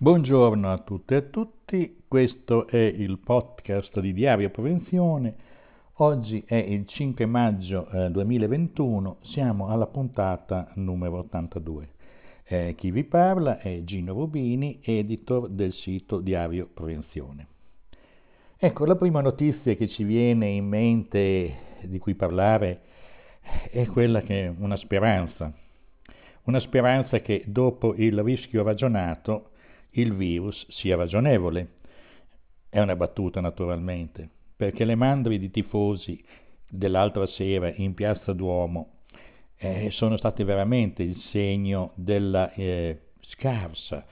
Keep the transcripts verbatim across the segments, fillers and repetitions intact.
Buongiorno a tutte e a tutti, questo è il podcast di Diario Prevenzione. Oggi è il cinque maggio eh, duemilaventuno, siamo alla puntata numero ottantadue. Eh, chi vi parla è Gino Rubini, editor del sito Diario Prevenzione. Ecco, la prima notizia che ci viene in mente di cui parlare è quella che è una speranza. Una speranza che dopo il rischio ragionato il virus sia ragionevole. È una battuta naturalmente, perché le mandrie di tifosi dell'altra sera in Piazza Duomo eh, sono state veramente il segno della eh, scarsa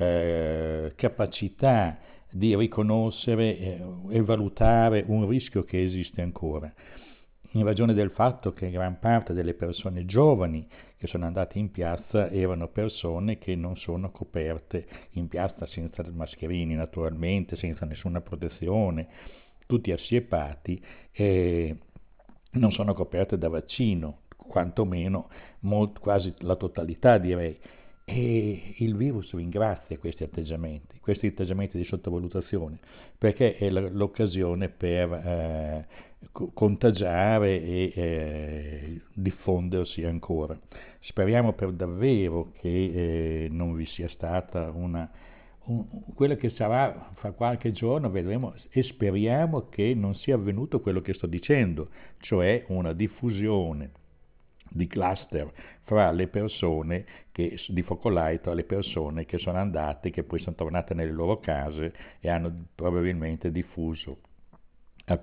eh, capacità di riconoscere eh, e valutare un rischio che esiste ancora, in ragione del fatto che gran parte delle persone giovani che sono andate in piazza erano persone che non sono coperte in piazza senza mascherini naturalmente, senza nessuna protezione, tutti assiepati e non sono coperte da vaccino, quantomeno molt, quasi la totalità direi. E il virus ringrazia questi atteggiamenti, questi atteggiamenti di sottovalutazione, perché è l'occasione per eh, contagiare e eh, diffondersi ancora. Speriamo per davvero che eh, non vi sia stata una un, quello che sarà fra qualche giorno, vedremo e speriamo che non sia avvenuto quello che sto dicendo, cioè una diffusione di cluster fra le persone che, di focolai tra le persone che sono andate, che poi sono tornate nelle loro case e hanno probabilmente diffuso a,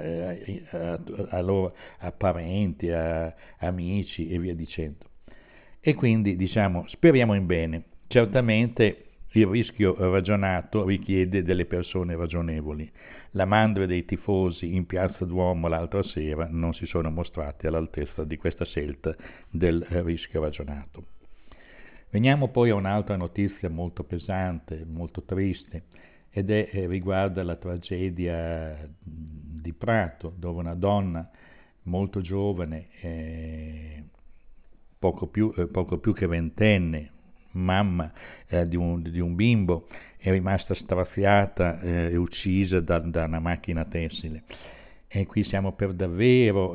a, a, a loro a parenti, a amici e via dicendo. E quindi diciamo speriamo in bene. Certamente il rischio ragionato richiede delle persone ragionevoli. La mandria dei tifosi in Piazza Duomo l'altra sera non si sono mostrati all'altezza di questa scelta del rischio ragionato. Veniamo poi a un'altra notizia molto pesante, molto triste, ed è eh, riguarda la tragedia di Prato, dove una donna molto giovane, eh, poco, più, eh, poco più che ventenne, mamma eh, di, un, di un bimbo, è rimasta straziata eh, e uccisa da, da una macchina tessile. E qui siamo per davvero,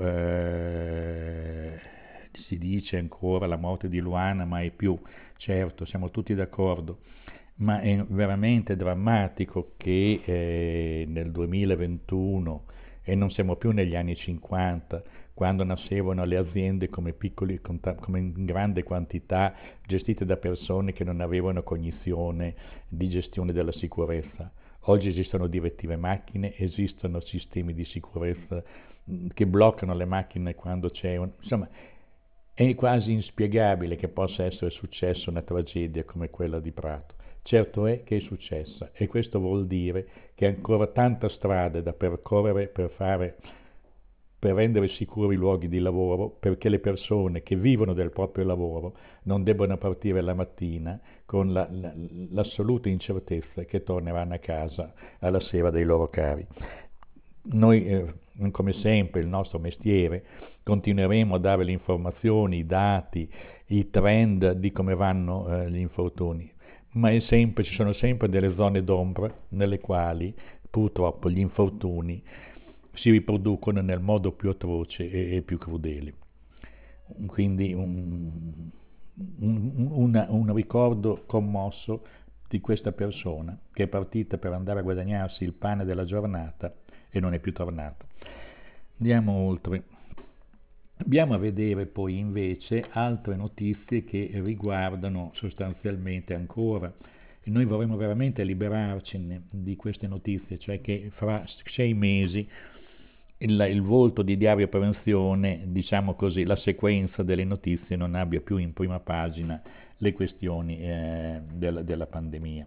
eh, si dice ancora la morte di Luana, mai più, certo, siamo tutti d'accordo, ma è veramente drammatico che eh, nel duemilaventuno, e non siamo più negli anni cinquanta, quando nascevano le aziende come, piccoli, come in grande quantità, gestite da persone che non avevano cognizione di gestione della sicurezza. Oggi esistono direttive macchine, esistono sistemi di sicurezza che bloccano le macchine quando c'è un... Insomma, è quasi inspiegabile che possa essere successa una tragedia come quella di Prato. Certo è che è successa e questo vuol dire che è ancora tanta strada da percorrere per fare per rendere sicuri i luoghi di lavoro, perché le persone che vivono del proprio lavoro non debbano partire la mattina con la, la, l'assoluta incertezza che torneranno a casa alla sera dei loro cari. Noi, eh, come sempre, il nostro mestiere, continueremo a dare le informazioni, i dati, i trend di come vanno eh, gli infortuni, ma è sempre, ci sono sempre delle zone d'ombra nelle quali purtroppo gli infortuni si riproducono nel modo più atroce e, e più crudele. Quindi un, un, una, un ricordo commosso di questa persona che è partita per andare a guadagnarsi il pane della giornata e non è più tornata. Andiamo oltre. Andiamo a vedere poi invece altre notizie che riguardano sostanzialmente ancora, e noi vorremmo veramente liberarcene di queste notizie, cioè che fra sei mesi il, il volto di Diario Prevenzione, diciamo così, la sequenza delle notizie non abbia più in prima pagina le questioni eh, della, della pandemia.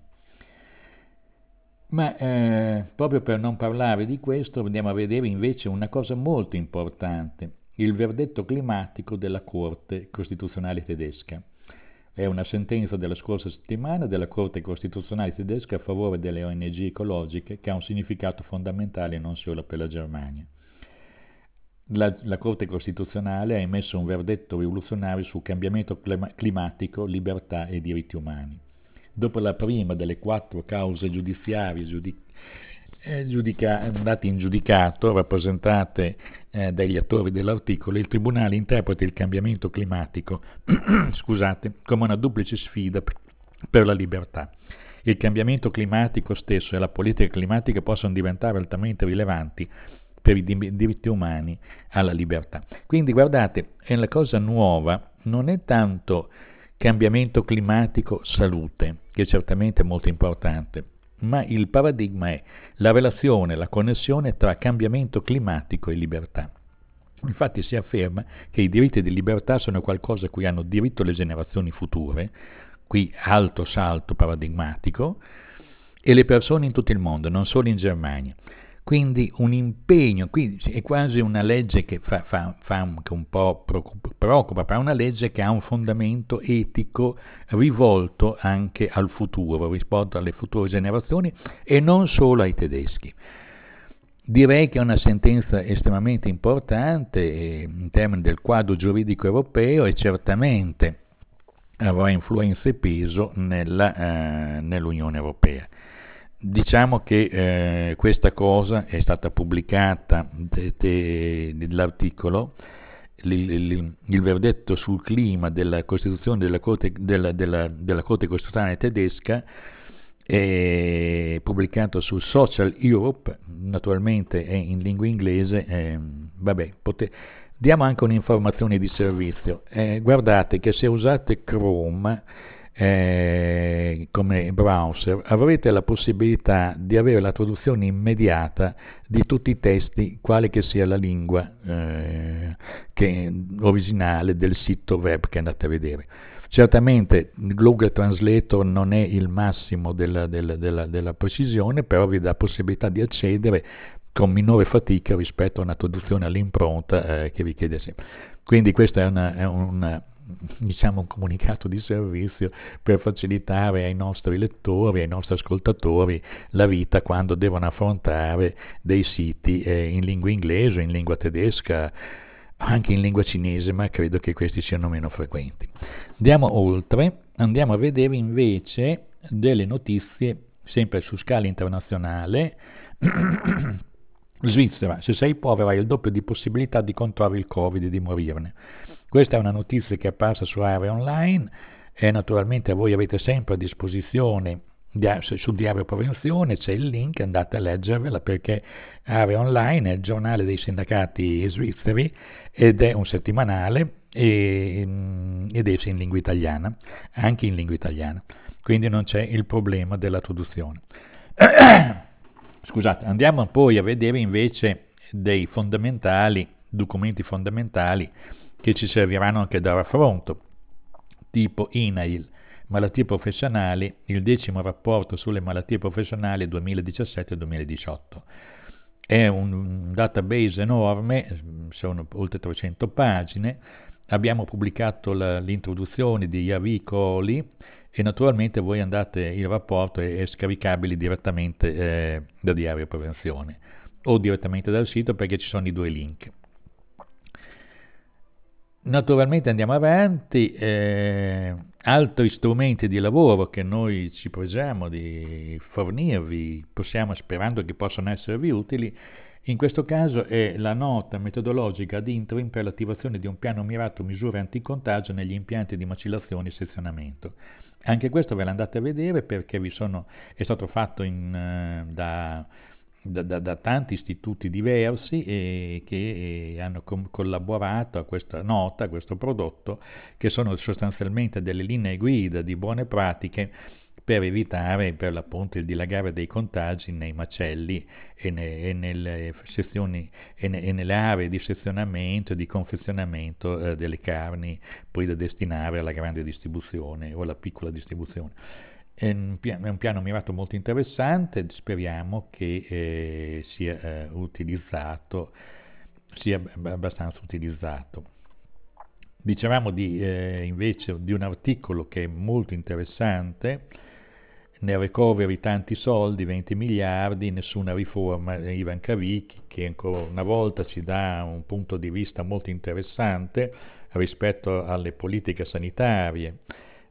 Ma eh, proprio per non parlare di questo andiamo a vedere invece una cosa molto importante, il verdetto climatico della Corte Costituzionale tedesca. È una sentenza della scorsa settimana della Corte Costituzionale tedesca a favore delle O N G ecologiche che ha un significato fondamentale non solo per la Germania. La, la Corte Costituzionale ha emesso un verdetto rivoluzionario sul cambiamento clima- climatico, libertà e diritti umani. dopo la prima delle quattro cause giudiziarie giudic- eh, giudica- andate in giudicato, rappresentate eh, dagli attori dell'articolo, il Tribunale interpreta il cambiamento climatico scusate, come una duplice sfida per, per la libertà. Il cambiamento climatico stesso e la politica climatica possono diventare altamente rilevanti per i diritti umani alla libertà. Quindi guardate, è la cosa nuova, non è tanto cambiamento climatico salute, che certamente è molto importante, ma il paradigma è la relazione, la connessione tra cambiamento climatico e libertà. Infatti si afferma che i diritti di libertà sono qualcosa a cui hanno diritto le generazioni future, qui alto salto paradigmatico, e le persone in tutto il mondo, non solo in Germania. Quindi un impegno, qui è quasi una legge che fa, fa, fa anche un po' preoccupa, ma è una legge che ha un fondamento etico rivolto anche al futuro, rispetto alle future generazioni e non solo ai tedeschi. Direi che è una sentenza estremamente importante in termini del quadro giuridico europeo e certamente avrà influenza e peso nella, eh, nell'Unione Europea. Diciamo che eh, questa cosa è stata pubblicata, de, de, dell'articolo, il, il, il verdetto sul clima della Costituzione della Corte, della, della, della Corte Costituzionale tedesca, è pubblicato su Social Europe, naturalmente è in lingua inglese, eh, vabbè, pote- diamo anche un'informazione di servizio. Eh, guardate che se usate Chrome eh, come browser avrete la possibilità di avere la traduzione immediata di tutti i testi, quale che sia la lingua eh, che, originale del sito web che andate a vedere. Certamente Google Translator non è il massimo della, della, della, della precisione, però vi dà la possibilità di accedere con minore fatica rispetto a una traduzione all'impronta eh, che vi chiede sempre. Quindi questo è, una, è una, diciamo, un comunicato di servizio per facilitare ai nostri lettori, ai nostri ascoltatori la vita quando devono affrontare dei siti eh, in lingua inglese, in lingua tedesca, anche in lingua cinese, ma credo che questi siano meno frequenti. Andiamo oltre, andiamo a vedere invece delle notizie sempre su scala internazionale. Svizzera, se sei povero hai il doppio di possibilità di contrarre il Covid e di morirne. Questa è una notizia che è apparsa su Area Online e naturalmente voi avete sempre a disposizione su Diario Prevenzione, c'è il link, andate a leggervela perché Area Online è il giornale dei sindacati svizzeri ed è un settimanale e, ed è in lingua italiana, anche in lingua italiana, quindi non c'è il problema della traduzione. Scusate, andiamo poi a vedere invece dei fondamentali, documenti fondamentali che ci serviranno anche da raffronto, tipo I N A I L, malattie professionali, il decimo rapporto sulle malattie professionali duemiladiciassette duemiladiciotto. È un database enorme, sono oltre trecento pagine, abbiamo pubblicato la, l'introduzione di Javicoli e naturalmente voi andate, il rapporto è, è scaricabile direttamente eh, da Diario Prevenzione o direttamente dal sito perché ci sono i due link. Naturalmente andiamo avanti, eh, altri strumenti di lavoro che noi ci preghiamo di fornirvi, possiamo, sperando che possano esservi utili, in questo caso è la nota metodologica ad interim per l'attivazione di un piano mirato a misure anticontagio negli impianti di macellazione e sezionamento. Anche questo ve l'andate a vedere perché vi sono, è stato fatto in, da... Da, da, da tanti istituti diversi e che hanno com- collaborato a questa nota, a questo prodotto, che sono sostanzialmente delle linee guida di buone pratiche per evitare per l'appunto il dilagare dei contagi nei macelli e, ne, e nelle sezioni e, ne, e nelle aree di sezionamento e di confezionamento eh, delle carni poi da destinare alla grande distribuzione o alla piccola distribuzione. È un, piano, è un piano mirato molto interessante, speriamo che eh, sia eh, utilizzato, sia abbastanza utilizzato. Dicevamo di, eh, invece di un articolo che è molto interessante, nel recovery tanti soldi, venti miliardi, nessuna riforma, Ivan Cavicchi, che ancora una volta ci dà un punto di vista molto interessante rispetto alle politiche sanitarie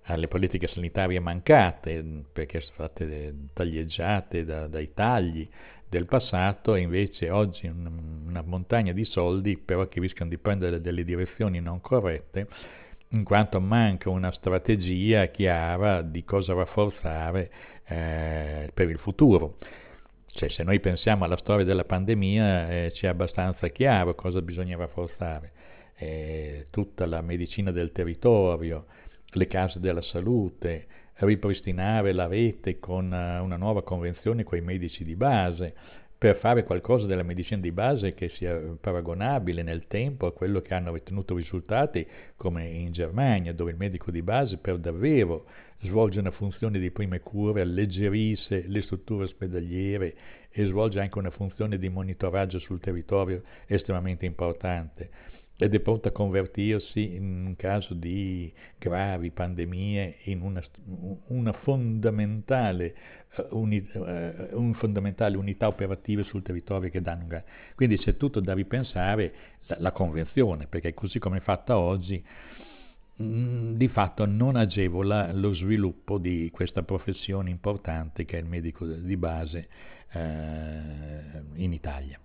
alle politiche sanitarie mancate, perché sono state taglieggiate da, dai tagli del passato, e invece oggi un, una montagna di soldi, però che rischiano di prendere delle direzioni non corrette, in quanto manca una strategia chiara di cosa rafforzare eh, per il futuro. Cioè, se noi pensiamo alla storia della pandemia, eh, c'è abbastanza chiaro cosa bisogna rafforzare. Eh, tutta la medicina del territorio, le case della salute, ripristinare la rete con uh, una nuova convenzione con i medici di base, per fare qualcosa della medicina di base che sia paragonabile nel tempo a quello che hanno ottenuto risultati come in Germania, dove il medico di base per davvero svolge una funzione di prime cure, alleggerisce le strutture ospedaliere e svolge anche una funzione di monitoraggio sul territorio estremamente importante, ed è pronta a convertirsi in un caso di gravi pandemie in una, una fondamentale, uh, uni, uh, un fondamentale unità operativa sul territorio che danno. Quindi c'è tutto da ripensare, la, la convenzione, perché così come è fatta oggi mh, di fatto non agevola lo sviluppo di questa professione importante che è il medico di base uh, in Italia.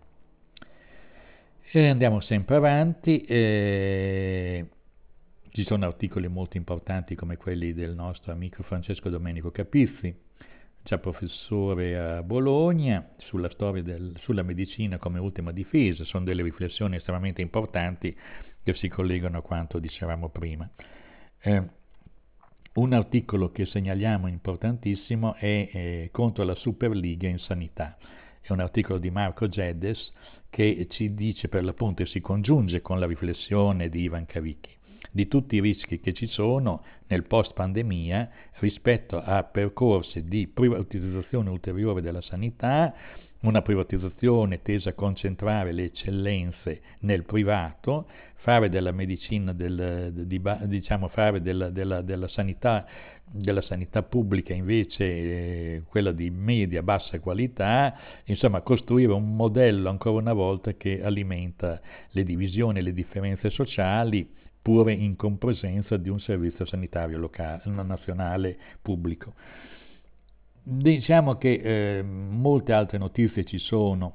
E andiamo sempre avanti, eh, ci sono articoli molto importanti come quelli del nostro amico Francesco Domenico Capizzi, già professore a Bologna, sulla storia del, sulla medicina come ultima difesa. Sono delle riflessioni estremamente importanti che si collegano a quanto dicevamo prima. Eh, un articolo che segnaliamo importantissimo è eh, contro la Superliga in sanità. È un articolo di Marco Geddes che ci dice per l'appunto, e si congiunge con la riflessione di Ivan Cavicchi, di tutti i rischi che ci sono nel post pandemia rispetto a percorsi di privatizzazione ulteriore della sanità, una privatizzazione tesa a concentrare le eccellenze nel privato, fare della medicina, del, di, diciamo fare della, della, della sanità della sanità pubblica invece eh, quella di media bassa qualità, insomma costruire un modello ancora una volta che alimenta le divisioni e le differenze sociali, pure in compresenza di un servizio sanitario locale, nazionale pubblico. Diciamo che eh, molte altre notizie ci sono,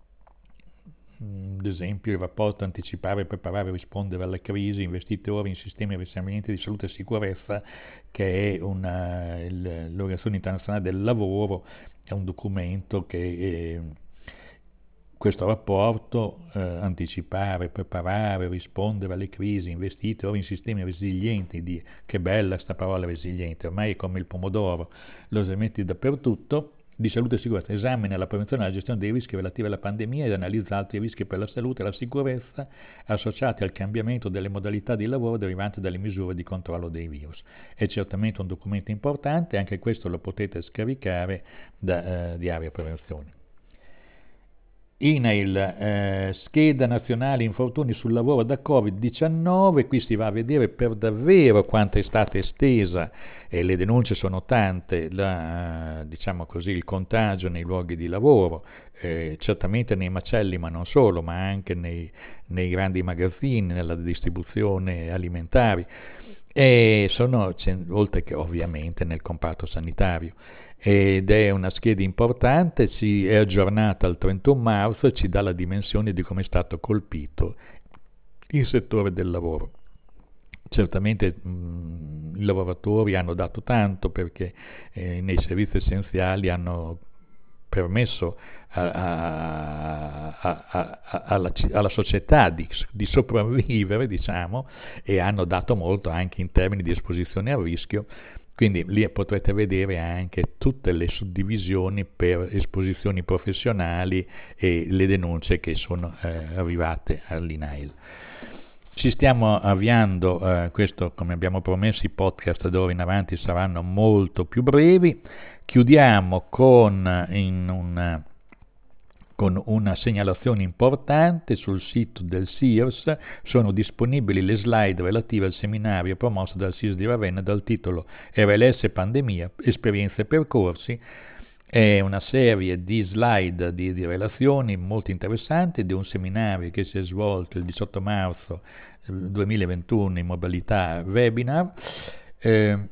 ad esempio il rapporto Anticipare, Preparare e Rispondere alla crisi, investite ora in sistemi di risarcimento di salute e sicurezza, che è una, il, l'Organizzazione Internazionale del Lavoro, è un documento che eh, questo rapporto, eh, Anticipare, Preparare, Rispondere alle crisi, investite ora in sistemi resilienti, di, che bella sta parola resiliente, ormai è come il pomodoro, lo metti dappertutto, di salute e sicurezza, esamina la prevenzione e la gestione dei rischi relativi alla pandemia ed analizza altri rischi per la salute e la sicurezza associati al cambiamento delle modalità di lavoro derivanti dalle misure di controllo dei virus. È certamente un documento importante, anche questo lo potete scaricare da eh, Diario Prevenzione. I N A I L, eh, scheda nazionale infortuni sul lavoro da covid diciannove, qui si va a vedere per davvero quanto è stata estesa, e le denunce sono tante, la, diciamo così, il contagio nei luoghi di lavoro, eh, certamente nei macelli ma non solo, ma anche nei, nei grandi magazzini, nella distribuzione alimentari, e sono, oltre che ovviamente nel comparto sanitario. Ed è una scheda importante, ci è aggiornata al trentuno marzo e ci dà la dimensione di come è stato colpito il settore del lavoro. Certamente mh, i lavoratori hanno dato tanto, perché eh, nei servizi essenziali hanno permesso a, a, a, a, alla, alla società di, di sopravvivere, diciamo, e hanno dato molto anche in termini di esposizione al rischio. Quindi lì potrete vedere anche tutte le suddivisioni per esposizioni professionali e le denunce che sono eh, arrivate all'I N A I L. Ci stiamo avviando, eh, questo come abbiamo promesso, i podcast d'ora in avanti saranno molto più brevi. Chiudiamo con, in un, con una segnalazione importante. Sul sito del S I R S sono disponibili le slide relative al seminario promosso dal S I R S di Ravenna dal titolo R L S Pandemia, Esperienze e Percorsi. È una serie di slide di, di relazioni molto interessanti di un seminario che si è svolto il diciotto marzo duemilaventuno in modalità webinar. Eh,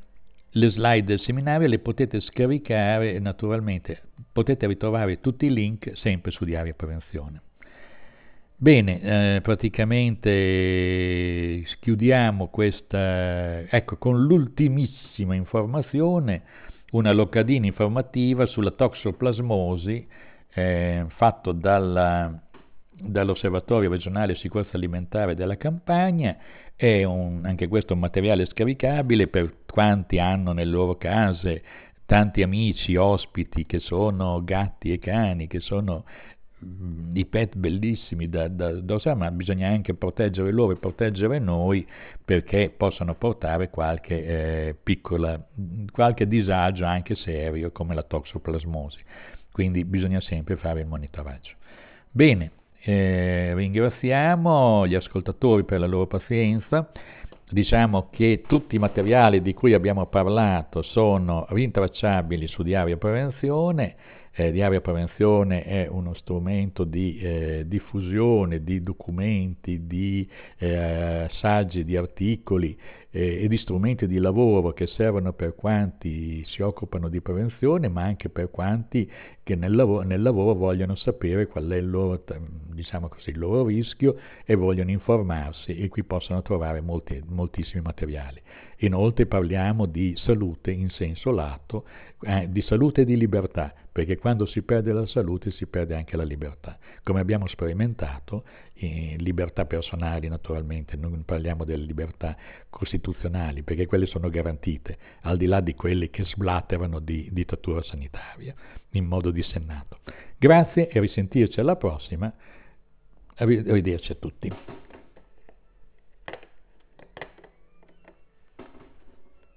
le slide del seminario le potete scaricare e naturalmente potete ritrovare tutti i link sempre su Diario Prevenzione. Bene, eh, praticamente chiudiamo questa, ecco, con l'ultimissima informazione, una locandina informativa sulla toxoplasmosi eh, fatto dalla, dall'Osservatorio Regionale Sicurezza Alimentare della Campania. È un, anche questo un materiale scaricabile per quanti hanno nelle loro case tanti amici, ospiti che sono gatti e cani, che sono i pet bellissimi da, da, da usare, ma bisogna anche proteggere loro e proteggere noi, perché possono portare qualche eh, piccola, qualche disagio anche serio come la toxoplasmosi, quindi bisogna sempre fare il monitoraggio. Bene, eh, ringraziamo gli ascoltatori per la loro pazienza. Diciamo che tutti i materiali di cui abbiamo parlato sono rintracciabili su Diario Prevenzione. Eh, Diario Prevenzione è uno strumento di eh, diffusione di documenti, di eh, saggi, di articoli eh, e di strumenti di lavoro che servono per quanti si occupano di prevenzione, ma anche per quanti che nel lavoro, nel lavoro vogliono sapere qual è il loro, diciamo così, il loro rischio e vogliono informarsi, e qui possono trovare molti, moltissimi materiali. Inoltre parliamo di salute in senso lato, eh, di salute e di libertà, perché quando si perde la salute si perde anche la libertà. Come abbiamo sperimentato, in libertà personali naturalmente, non parliamo delle libertà costituzionali, perché quelle sono garantite, al di là di quelli che sblatterano di dittatura sanitaria in modo dissennato. Grazie e a risentirci alla prossima. Arrivederci a tutti.